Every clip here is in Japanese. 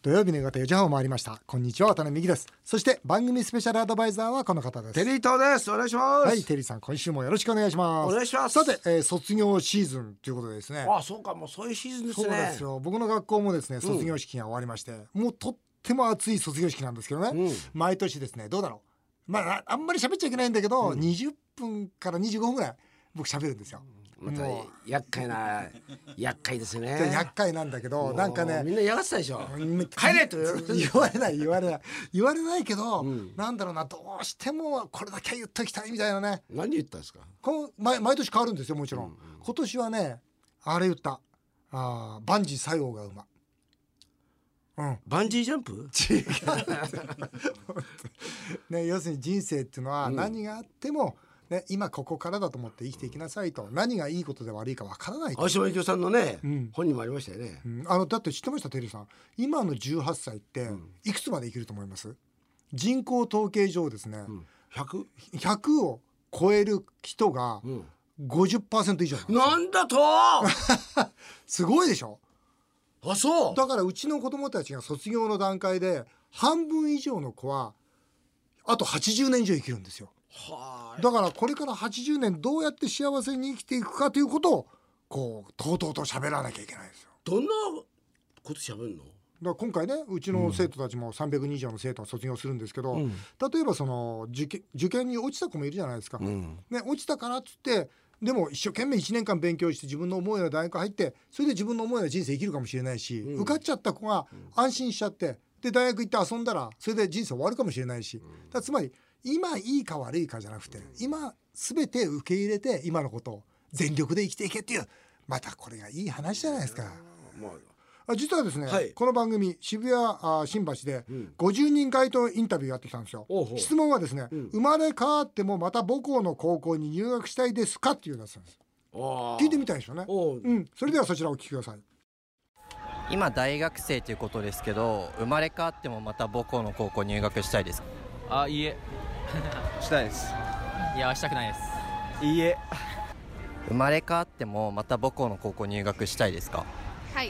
土曜日の夕方4時半を回りました。こんにちは、渡辺美希です。そして番組スペシャルアドバイザーはこの方です。 テリー東です。お願いします。 はい、テリーさん、今週もよろしくお願いします。 お願いします。 さて、卒業シーズンということでですね。 あ、そうか、もうそういうシーズンですね。 そうですよ。僕の学校もですね、卒業式が終わりまして、もうとっても熱い卒業式なんですけどね、毎年ですね、どうだろう、あんまり喋っちゃいけないんだけど、20分から25分ぐらい僕喋るんですよ。 また厄介ですね。 厄介なんだけど、なんかね、 みんな嫌がってたでしょ。帰れと言われないけど、なんだろうな、どうしてもこれだけ言っときたいみたいなね。 何言ったんですか。 毎年変わるんですよ、もちろん。今年はね、あれ言った。万事作用が馬。 バンジージャンプ？ 違う。ね、要するに人生っていうのは何があっても、ね、今ここからだと思って生きていきなさいと。何がいいことで悪いかわからないと。 青島由紀夫さんのね、本にもありましたよね。 だって知ってました、テリーさん。今の18歳っていくつまで生きると思います？人口統計上ですね、100を超える人が 50% 以上なんだとすごいでしょ。 あ、そう。 だからうちの子供たちが卒業の段階で半分以上の子はあと80年以上生きるんですよ。だからこれから80年どうやって幸せに生きていくかということをこうとうとうと喋らなきゃいけないんですよ。 どんなこと喋るの？ だから今回ね、うちの生徒たちも300人以上の生徒が卒業するんですけど、例えばその受験に落ちた子もいるじゃないですか、ね、落ちたからっつってでも一生懸命1年間勉強して自分の思うような大学入ってそれで自分の思うような人生生きるかもしれないし、受かっちゃった子が安心しちゃってで大学行って遊んだらそれで人生終わるかもしれないし、だつまり今いいか悪いかじゃなくて今全て受け入れて今のことを全力で生きていけっていう、またこれがいい話じゃないですか。実はですね、この番組渋谷新橋で50人街頭インタビューやってきたんですよ。質問はですね、生まれ変わってもまた母校の高校に入学したいですかっていうやつなんです。聞いてみたいですよね。それではそちらをお聞きください。 今大学生ということですけど、生まれ変わってもまた母校の高校に入学したいですか？ いいえしたいです。 いや、したくないです。 いいえ。 生まれ変わってもまた母校の高校に入学したいですか？ はい。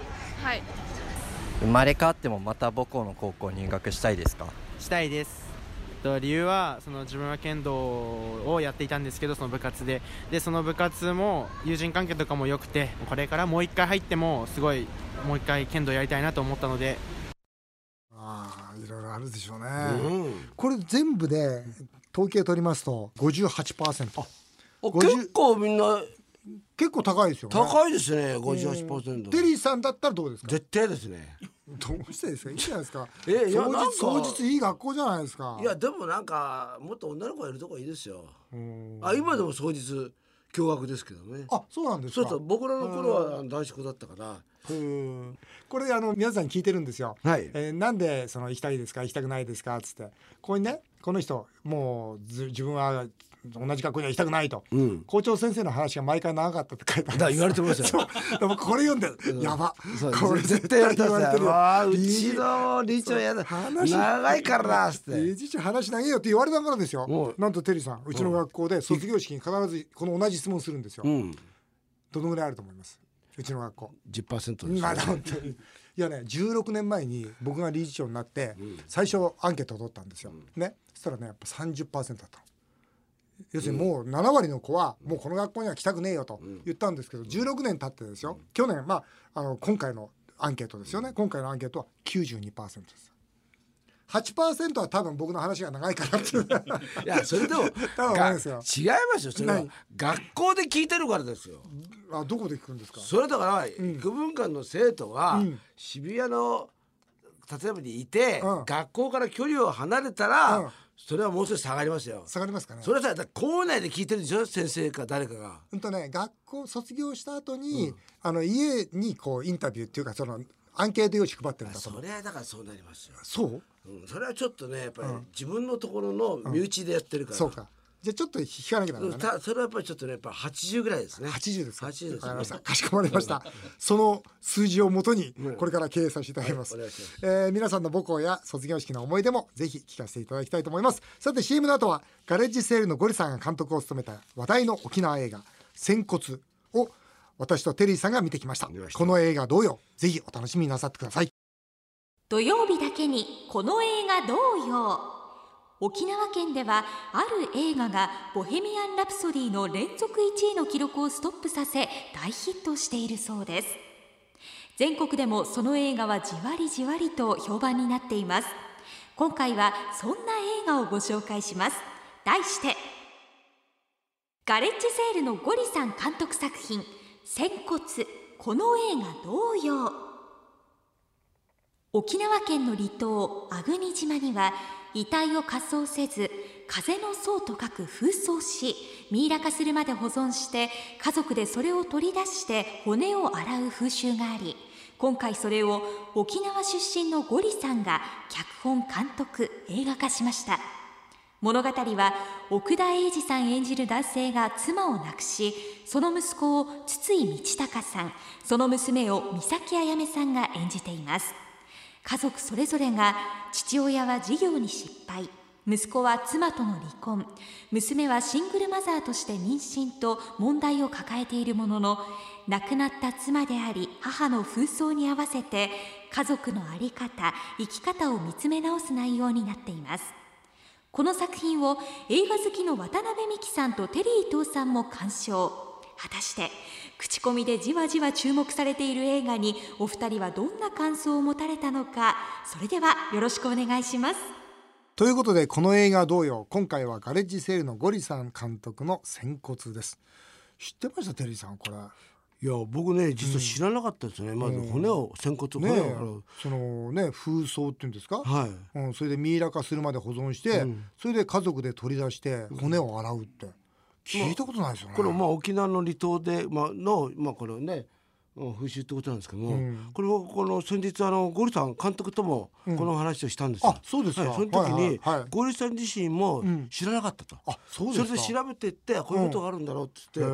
生まれ変わってもまた母校の高校に入学したいですか？ したいです。理由は自分は剣道をやっていたんですけど、その部活でその部活も友人関係とかも良くて、これからもう一回入ってもすごいもう一回剣道やりたいなと思ったので。 いろいろあるでしょうね。これ全部で統計取りますと 58%。 結構みんな結構高いですよね。 高いですね、58%。 テリーさんだったらどうですか？ 絶対ですね。 どうしてですか？いいじゃないですか。 当日いい学校じゃないですか。 いやでもなんかもっと女の子がいるとこいいですよ。今でも当日共学ですけどね。 そうなんですか。 そう僕らの頃は男子校だったから。 これ皆さん聞いてるんですよ。なんで行きたいですか行きたくないですかっつって、ここにね、この人もう自分は同じ学校には行きたくないと、校長先生の話が毎回長かったって書いてある。 だ言われてましたよ。 でもこれ読んでやば、 これ絶対言われてるよ。うちの理事長やだ、長いからなっつって、 理事長話長いよって言われながらですよ。なんとテリーさん、うちの学校で卒業式に必ずこの同じ質問するんですよ。どのぐらいあると思います？うちの学校 10% です。 本当に。いやね、16年前に僕が理事長になって最初アンケートを取ったんですよ、ね。そしたらね、やっぱ 30% だった。要するにもう7割の子はもうこの学校には来たくねえよと言ったんですけど、16年経ってですよ、去年今回のアンケートですよね。今回のアンケートは 92% です。8% は多分僕の話が長いからっていや、それでも違いますよ。それは学校で聞いてるからですよ。 どこで聞くんですか？ それだから育文館の生徒が渋谷の例えばにいて、学校から距離を離れたら、それはもう少し下がりますよ。 下がりますかね。 それはさ、校内で聞いてるでしょ、先生か誰かが。 学校卒業した後に、家にこうインタビューっていうかアンケート用紙配ってるんだと思う。 それはだからそうなりますよ。 そう、 それはちょっとね、やっぱり自分のところの身内でやってるから。 そうか。じゃあちょっと引かなきゃダメだね。 それはやっぱりちょっとね、やっぱ80ぐらいですね。 80ですか。 80です。 わかりました。かしこまりました。その数字をもとにこれから経営させていただきます。皆さんの母校や卒業式の思い出もぜひ聞かせていただきたいと思います。さて CM の後はガレッジセールのゴリさんが監督を務めた話題の沖縄映画仙骨を私とテリーさんが見てきました。この映画同様ぜひお楽しみになさってください。 土曜日だけにこの映画どうよ。沖縄県ではある映画がボヘミアン・ラプソディの連続1位の記録をストップさせ大ヒットしているそうです。全国でもその映画はじわりじわりと評判になっています。今回はそんな映画をご紹介します。題してガレッジセールのゴリさん監督作品仙骨この映画どうよ。沖縄県の離島粟国島には遺体を火葬せず風の葬と書く風葬しミイラ化するまで保存して家族でそれを取り出して骨を洗う風習があり、今回それを沖縄出身のゴリさんが脚本監督映画化しました。物語は奥田瑛二さん演じる男性が妻を亡くし、その息子を筒井道隆さん、その娘を三崎あやめさんが演じています。家族それぞれが父親は事業に失敗、息子は妻との離婚、娘はシングルマザーとして妊娠と問題を抱えているものの、亡くなった妻であり母の風葬に合わせて家族の在り方、生き方を見つめ直す内容になっています。この作品を映画好きの渡辺美樹さんとテリー伊藤さんも鑑賞。果たして口コミでじわじわ注目されている映画にお二人はどんな感想を持たれたのか。それではよろしくお願いします。 ということで、この映画どうよ。今回はガレッジセールのゴリさん監督の仙骨です。知ってましたテリーさんこれ？ いや僕ね実は知らなかったですね、まず骨を仙骨骨をそのね風葬っていうんですか、 はい、 それでミイラ化するまで保存して、それで家族で取り出して骨を洗うって聞いたことないですよね。 これ沖縄の離島で、の、これね風習ってことなんですけども、これを先日ゴリさん監督ともこの話をしたんですよ。 あ、そうですか。 その時に、ゴリさん自身も知らなかったと。 そうですか。 それで調べていってこういうことがあるんだろうって言って、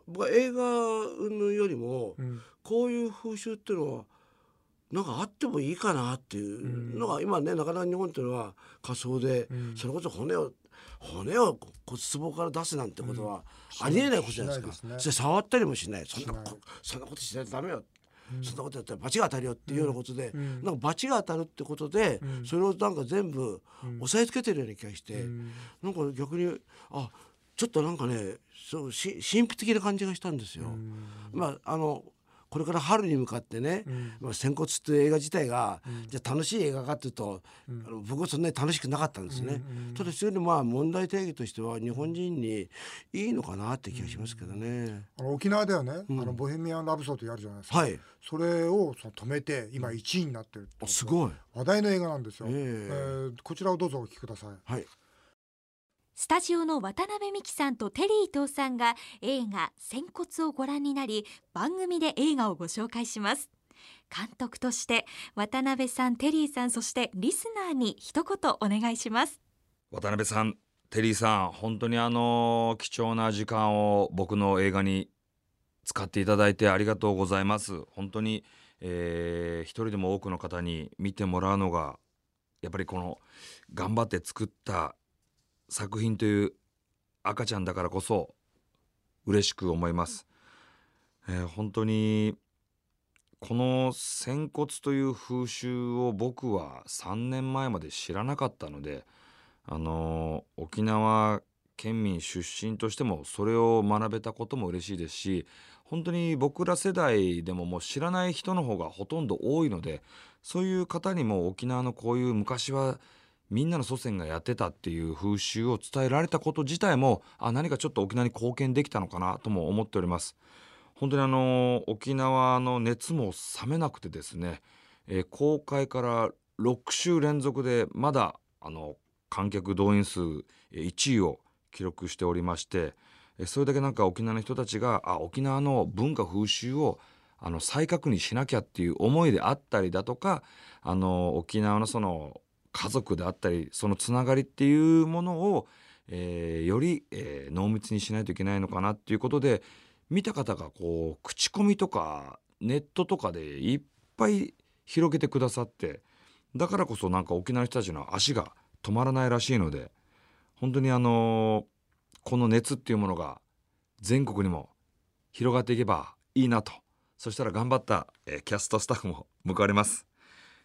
僕は映画よりも、こういう風習っていうのはなんかあってもいいかなっていうのが、今ねなかなか日本っていうのは火葬で、それこそ骨を骨壺から出すなんてことはありえないことじゃないですか。それ触ったりもしない。そんなことしないとダメよ、そんなことやったら罰が当たるよっていうようなことで、なんか罰が当たるってことで、それをなんか全部押さえつけてるような気がして、なんか逆にちょっとなんかね神秘的な感じがしたんですよ。これから春に向かってね、仙骨っていう映画自体が、じゃあ楽しい映画かっていうと、僕はそんなに楽しくなかったんですね。ただそれで問題定義としては日本人にいいのかなって気がしますけどね。 沖縄ではね、ボヘミアン・ラブソディあるじゃないですか、それを止めて今1位になってるって、 すごい話題の映画なんですよ。こちらをどうぞお聞きください。 スタジオの渡辺美樹さんとテリー伊藤さんが映画仙骨をご覧になり、番組で映画をご紹介します。監督として渡辺さん、テリーさん、そしてリスナーに一言お願いします。 渡辺さん、テリーさん、本当に貴重な時間を僕の映画に使っていただいてありがとうございます。本当に、一人でも多くの方に見てもらうのがやっぱりこの頑張って作った作品という赤ちゃんだからこそ嬉しく思います。本当にこの仙骨という風習を僕は3年前まで知らなかったので、沖縄県民出身としてもそれを学べたことも嬉しいですし、本当に僕ら世代でももう知らない人の方がほとんど多いので、そういう方にも沖縄のこういう昔はみんなの祖先がやってたっていう風習を伝えられたこと自体も何かちょっと沖縄に貢献できたのかなとも思っております。本当に沖縄の熱も冷めなくてですね、公開から6週連続でまだ観客動員数1位を記録しておりまして、それだけなんか沖縄の人たちが沖縄の文化風習を再確認しなきゃっていう思いであったりだとか、沖縄のその家族であったりそのつながりっていうものを、より、濃密にしないといけないのかなっていうことで、見た方がこう口コミとかネットとかでいっぱい広げてくださって、だからこそなんか沖縄の人たちの足が止まらないらしいので、本当にこの熱っていうものが全国にも広がっていけばいいなと。そしたら頑張った、キャストスタッフも報われます。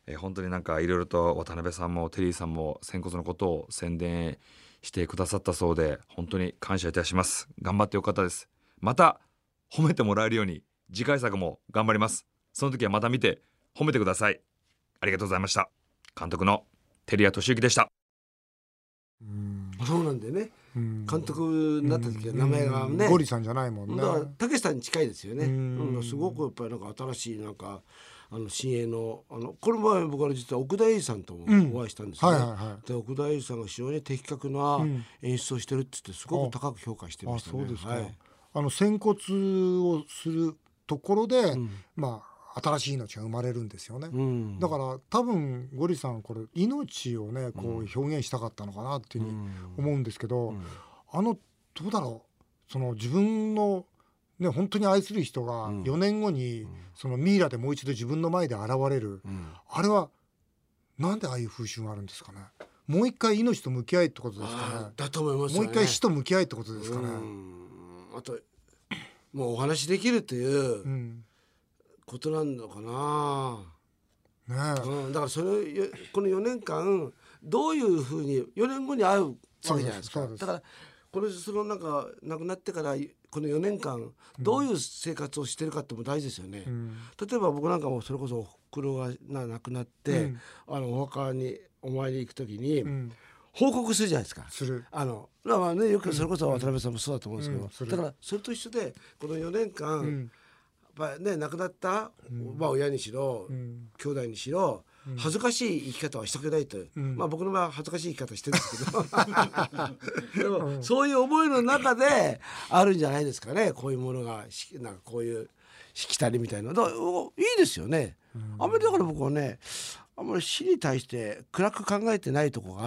本当になんかいろいろと渡辺さんもテリーさんも仙骨のことを宣伝してくださったそうで、本当に感謝いたします。頑張ってよかったです。また褒めてもらえるように次回作も頑張ります。その時はまた見て褒めてください。ありがとうございました。監督の照屋俊之でした。 そうなんでね、監督になった時は名前がね、 ゴリさんじゃないもんね。 だからたけしさんに近いですよね。すごくやっぱりなんか新しいなんか新鋭のこの前僕は実は奥田英二さんともお会いしたんですね。で奥田英二さんが非常に的確な演出をしてるって言ってすごく高く評価してましたね。 そうですか。仙骨をするところで、新しい命が生まれるんですよね。だから多分ゴリさんこれ命をねこう表現したかったのかなっていうふうに思うんですけど、どうだろう、その自分のね本当に愛する人が4年後にそのミイラでもう一度自分の前で現れる、あれはなんでああいう風習があるんですかね。もう一回命と向き合いってことですかね。 だと思いますよね。 もう一回死と向き合いってことですかね。 あともうお話できるということなんのかな、だからそれこの4年間どういうふうに4年後に会うわけじゃないですか。だからこれなんか亡くなってからこの4年間どういう生活をしてるかっても大事ですよね。例えば僕なんかもそれこそおふくろが亡くなって、お墓にお参り行く時に、報告するじゃないですか。よくそれこそ渡辺さんもそうだと思うんですけど、だからそれと一緒でこの4年間、やっぱね亡くなった、親にしろ、兄弟にしろ恥ずかしい生き方はしたくないと、僕の場合は恥ずかしい生き方してるんですけどでも、そういう思いの中であるんじゃないですかね。こういうものがなんかこういうしきたりみたいなだからいいですよね。あんまりだから僕はねあんまり死に対して暗く考えてないところがあって、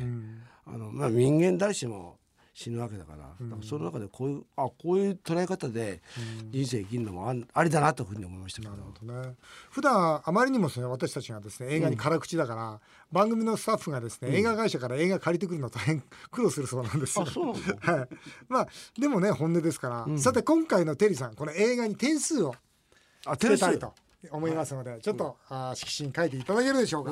人間誰しも死ぬわけだから、その中でこういう捉え方で人生生きるのもありだなというふうに思いましたけど。 なるほどね。普段あまりにもですね私たちがですね映画に辛口だから、番組のスタッフがですね、映画会社から映画借りてくるの大変苦労するそうなんですよ。 そうなのはい。でもね本音ですから、さて今回のテリーさんこの映画に点数をつけたいと思いますので、ちょっと色紙に書いていただけるでしょうか。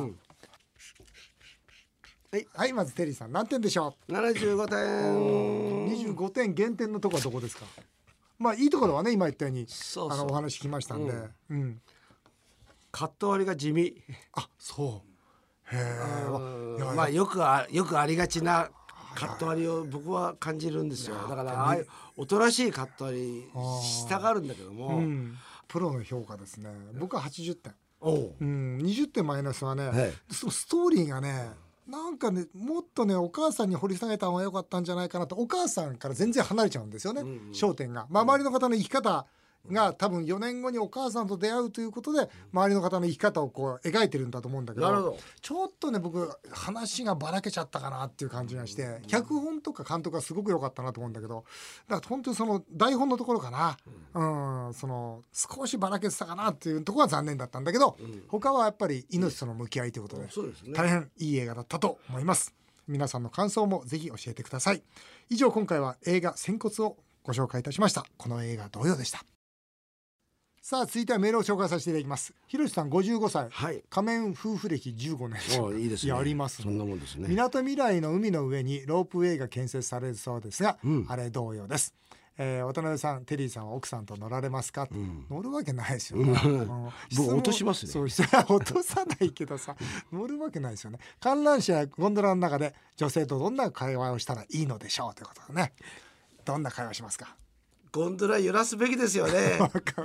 はい、まずテリーさん何点でしょう。 75点。 25点減点のところはどこですか。いいところはね今言ったようにお話きましたんで、 カット割りが地味。 そうへえ。 よくありがちなカット割りを僕は感じるんですよ。だからおとなしいカット割りしたがるんだけども、 プロの評価ですね。僕は80点。20点マイナスはね、そのストーリーがねなんかねもっとねお母さんに掘り下げた方が良かったんじゃないかなと。お母さんから全然離れちゃうんですよね、焦点が。周りの方の生き方が多分4年後にお母さんと出会うということで周りの方の生き方をこう描いてるんだと思うんだけど、ちょっとね僕話がばらけちゃったかなっていう感じがして、脚本とか監督がすごく良かったなと思うんだけど、だから本当にその台本のところかな、その少しばらけてたかなっていうところは残念だったんだけど、他はやっぱり命との向き合いということで、大変いい映画だったと思います。皆さんの感想もぜひ教えてください。以上今回は映画仙骨をご紹介いたしました。この映画同様でした。さあ続いてはメールを紹介させていただきます。ひろしさん55歳、仮面夫婦歴15年。 いいですね。 やります、 そんなもんですね。 みなとみらいの海の上にロープウェイが建設されるそうですが、あれ同様です。渡辺さんテリーさんは奥さんと乗られますか、乗るわけないですよね。 僕落としますね。 そう落とさないけどさ乗るわけないですよね。観覧車やゴンドラの中で女性とどんな会話をしたらいいのでしょうということでね。どんな会話しますか。 ゴンドラ揺らすべきですよね。やめて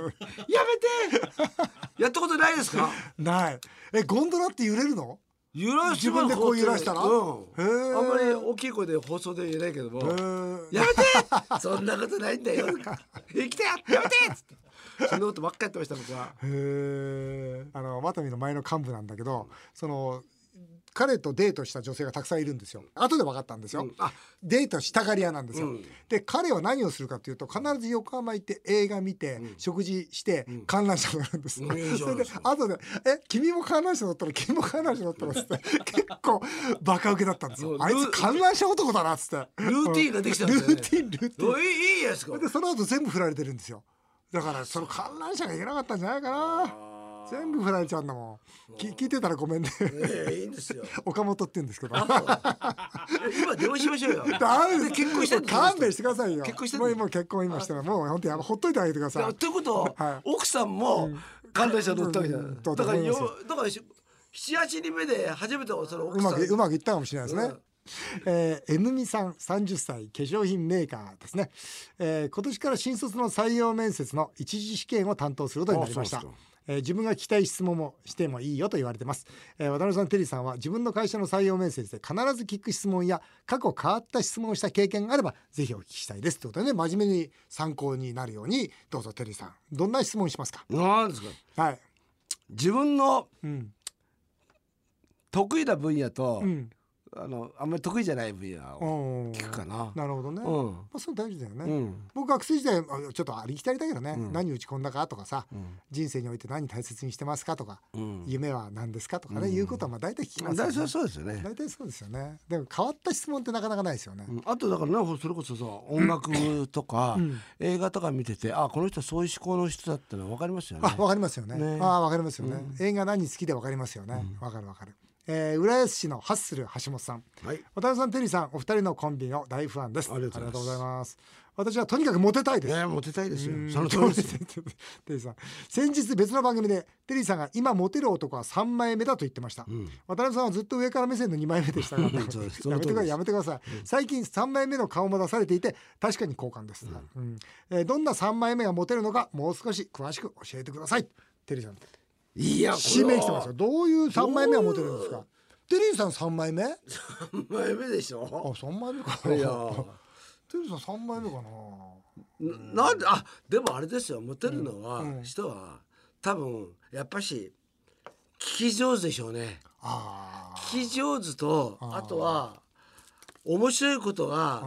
やったことないですか。 ない。ゴンドラって揺れるの。 揺ら自分でこう揺らしたら、 あんまり大きい声で放送で言えないけども、やめてそんなことないんだよ生きてやめてっつってそんなことばっかりやってました僕は。 ワタミの前の幹部なんだけど、その彼とデートした女性がたくさんいるんですよ。後で分かったんですよ、デートしたがり屋なんですよ、で彼は何をするかというと必ず横浜行って映画見て、食事して観覧車乗るんです、それで後で君も観覧車乗ったら君も観覧車乗ったらっつって結構バカ受けだったんですよ。あいつ観覧車男だなっつってルーティーンができたんですよね。 ルーティーンいいやつか。 でその後全部振られてるんですよ。だからその観覧車がいけなかったんじゃないかな。 全部振られちゃうんだもん。聞いてたらごめんね。 いいんですよ。 岡本って言うんですけど。 今電話しましょうよ。 ダメです。 結婚してる。 勘弁してくださいよ。 結婚してもう結婚今してる。もう本当にほっといてあげてください。 ということは、奥さんも関連者乗ったわけじゃない。だから7、8人目で初めてその奥さんうまくいったかもしれないですね。N みさん30歳化粧品メーカーですね。今年から新卒の採用面接の一次試験を担当することになりました。自分が聞きたい質問もしてもいいよと言われてます。渡辺さん、テリーさんは自分の会社の採用面接で必ず聞く質問や過去変わった質問をした経験があればぜひお聞きしたいですということでね、真面目に参考になるようにどうぞ。テリーさん、どんな質問しますか？ なんですか？ はい、 自分の得意な分野と、あんまり得意じゃない分野を聞くかな。 なるほどね。それ大事だよね。僕学生時代ちょっとありきたりだけどね、何打ち込んだかとかさ、人生において何大切にしてますかとか、夢は何ですかとかね、いうことはまあ大体聞きますよね。 そうですよね。 大体そうですよね。でも変わった質問ってなかなかないですよね。 あとだからね、それこそさ、音楽とか映画とか見てて、この人はそういう思考の人だってのは分かりますよね。 分かりますよね。分かりますよね。映画何好きで分かりますよね。分かる。浦安市のハッスル橋本さん、渡辺さん、テリーさん、お二人のコンビの大ファンです。ありがとうございます。私はとにかくモテたいです。 モテたいですよ。その通りです。 テリーさん、先日別の番組でテリーさんが今モテる男は3枚目だと言ってました。渡辺さんはずっと上から目線の2枚目でしたがやめてください。最近3枚目の顔も出されていて確かに好感です。どんな3枚目がモテるのかもう少し詳しく教えてください。テリーさん、 いや、 指名来てますよ。どういう3枚目はモテるんですか？テリーさん3枚目？ 3枚目でしょ。 3枚目かな。いやテリーさん3枚目かな。 なんででもあれですよ、モテるのは、人は多分やっぱし聞き上手でしょうね。聞き上手と、あとは面白いことが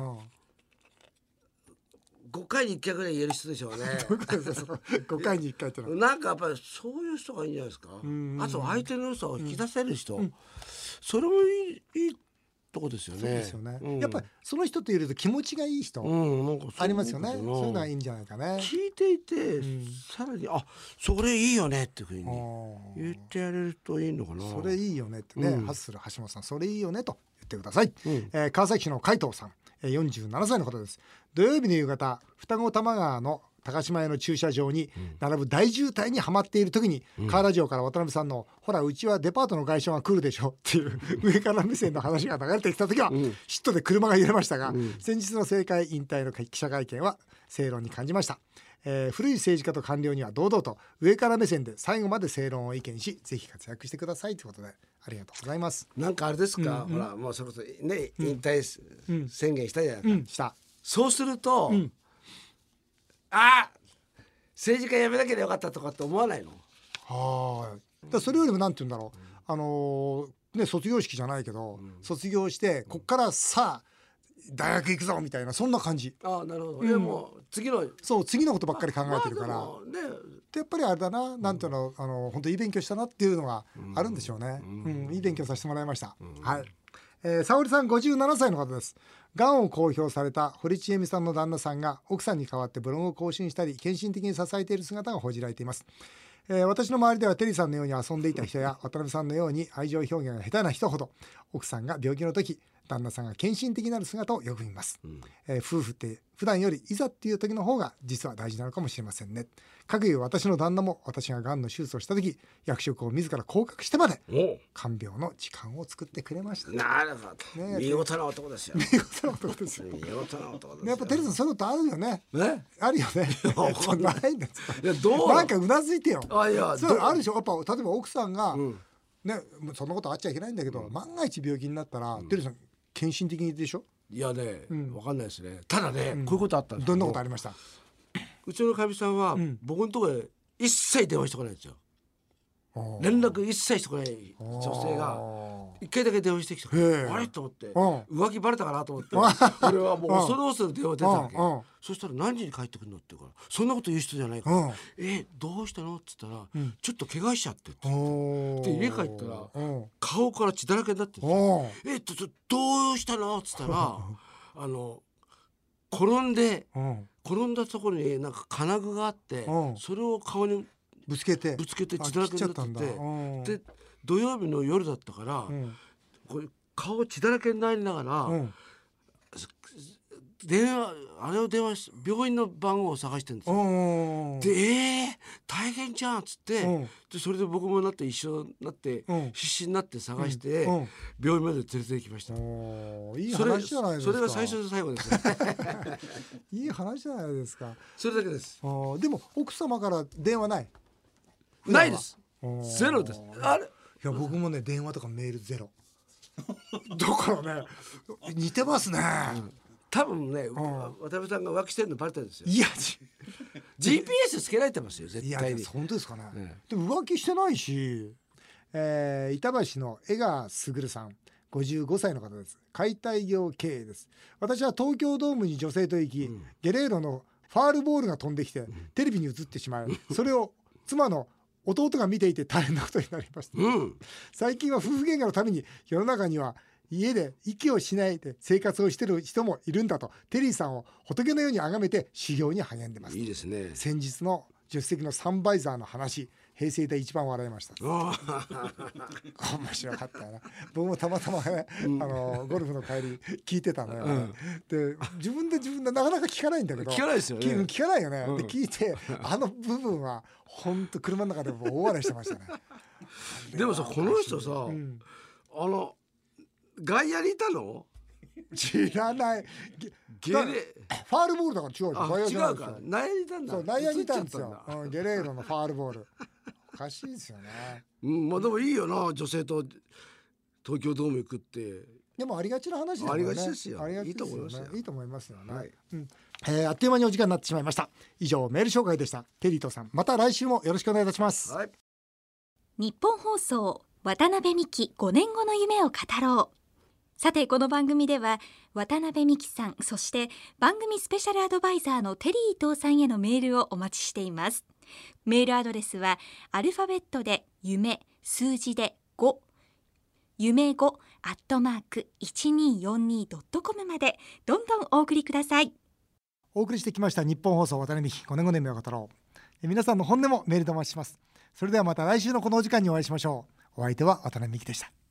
5回に1回ぐらい言える人でしょうね。 5回に1回ってのなんかやっぱりそういう人がいいんじゃないですか。あと相手の良さを引き出せる人、それもいいとこですよね。 そうですよね。やっぱりその人といると気持ちがいい人ありますよね。そういうのはいいんじゃないかね。 聞いていて、さらにそれいいよねっていうふうに言ってやれるといいのかな。 それいいよねってね、ハッスル橋本さん、それいいよねと言ってください。川崎市の海藤さん、47歳の方です。土曜日の夕方、双子玉川の高島屋の駐車場に並ぶ大渋滞にはまっている時に、カーラジオから渡辺さんのほらうちはデパートの外車が来るでしょっていう上から目線の話が流れてきた時は、嫉妬で車が揺れましたが、先日の政界引退の記者会見は正論に感じました。古い政治家と官僚には堂々と上から目線で最後まで正論を意見し、ぜひ活躍してくださいということで、ありがとうございます。 なんかあれですか、ほらもうそれこそね、引退宣言したじゃないですか。 した。 そうすると、政治家辞めなきゃよかったとかって思わないの？ だそれよりもなんて言うんだろう、卒業式じゃないけど、卒業してこっからさあ大学行くぞみたいな、そんな感じ。 なるほど。でも次のことばっかり考えてるから、でやっぱりあれだな、なんていうの、本当いい勉強したなっていうのがあるんでしょうね。いい勉強させてもらいました。はい。沙織さん57歳の方です。がんを公表された堀ちえみさんの旦那さんが奥さんに代わってブログを更新したり献身的に支えている姿が報じられています。私の周りではテリーさんのように遊んでいた人や渡辺さんのように愛情表現が下手な人ほど、奥さんが病気の時旦那さんが献身的になる姿をよく見ます。夫婦って普段よりいざっていう時の方が実は大事なのかもしれませんね。かくいう私の旦那も私ががんの手術をした時、役職を自ら降格してまで看病の時間を作ってくれました。 なるほど、見事な男ですよ。 見事な男ですよ。 見事な男ですよ。 やっぱテリーさんそういうことあるよね。あるよね。ないんですか。なんかうなずいてよ。そうあるでしょ。やっぱ例えば奥さんがそんなことあっちゃいけないんだけど、万が一病気になったらテリーさん献身的にでしょ。 いやね、分かんないですね。ただね、こういうことあったんです。 どんなことありました？ うちのかみさんは僕のところへ一切電話してこないんですよ。連絡一切してこない女性が一回だけ電話してきた。あれと思って、浮気バレたかなと思って、俺はもう恐る恐る電話出たわけ。そしたら何時に帰ってくるのって言うから、そんなこと言う人じゃないから、どうしたのって言ったら、ちょっと怪我しちゃってって言って、で家帰ったら顔から血だらけになってるんですよ。どうしたのって言ったら転んだところになんか金具があって、それを顔にぶつけて血だらけになってて、で土曜日の夜だったから、これ顔血だらけになりながら、電話し病院の番号を探してるんですよ。で大変じゃんっつって、でそれで僕も一緒になって、必死になって探して、病院まで連れて行きました。 いい話じゃないですか。 それが最初で最後ですね。 いい話じゃないですか。 それだけです。 でも奥様から電話ない？ ないです。ゼロです。あれ？いや僕もね電話とかメールゼロ。だからね似てますね。 多分ね、渡辺さんが浮気してるのバレてるんですよ。 いや GPS つけられてますよ絶対に。 いや本当ですかね。でも浮気してないし、板橋の江川卓さん55歳の方です。解体業経営です。私は東京ドームに女性と行き、ゲレーロのファールボールが飛んできて、テレビに映ってしまい、それを妻の弟が見ていて大変なことになりました。最近は夫婦喧嘩のために世の中には家で息をしないで生活をしている人もいるんだと、テリーさんを仏のように崇めて修行に励んでます。 いいですね。 先日の助手席のサンバイザーの話、平成で一番笑いました。面白かったな。僕もたまたまね、ゴルフの帰り聞いてたのよ、で自分でなかなか聞かないんだけど、 聞かないですよね。 聞かないよね、で聞いて部分は本当車の中でも大笑いしてましたね。 でもさこの人さ、外野にいたの？ 知らない。ファールボールだから違うじゃん。外野じゃないですよ。 違うか。内野にいたんだ。 そう内野にいたんですよ。ゲレーロのファールボール。おかしいですよね。 まあでもいいよな、女性と東京ドーム行くって。 でもありがちな話ですよね。 ありがちですよ。 いいと思いますよ。いいと思いますよね。 はい。 あっという間にお時間になってしまいました。以上メール紹介でした。テリーとさん、また来週もよろしくお願いいたします。 はい。 日本放送渡辺美希5年後の夢を語ろう。さてこの番組では渡辺美希さん、そして番組スペシャルアドバイザーのテリー伊藤さんへのメールをお待ちしています。メールアドレスはアルファベットで夢、数字で5、夢5@1242.com までどんどんお送りください。 お送りしてきました日本放送渡辺美希5年後の夢を語ろう。皆さんの本音もメールでお待ちします。それではまた来週のこのお時間にお会いしましょう。お相手は渡辺美希でした。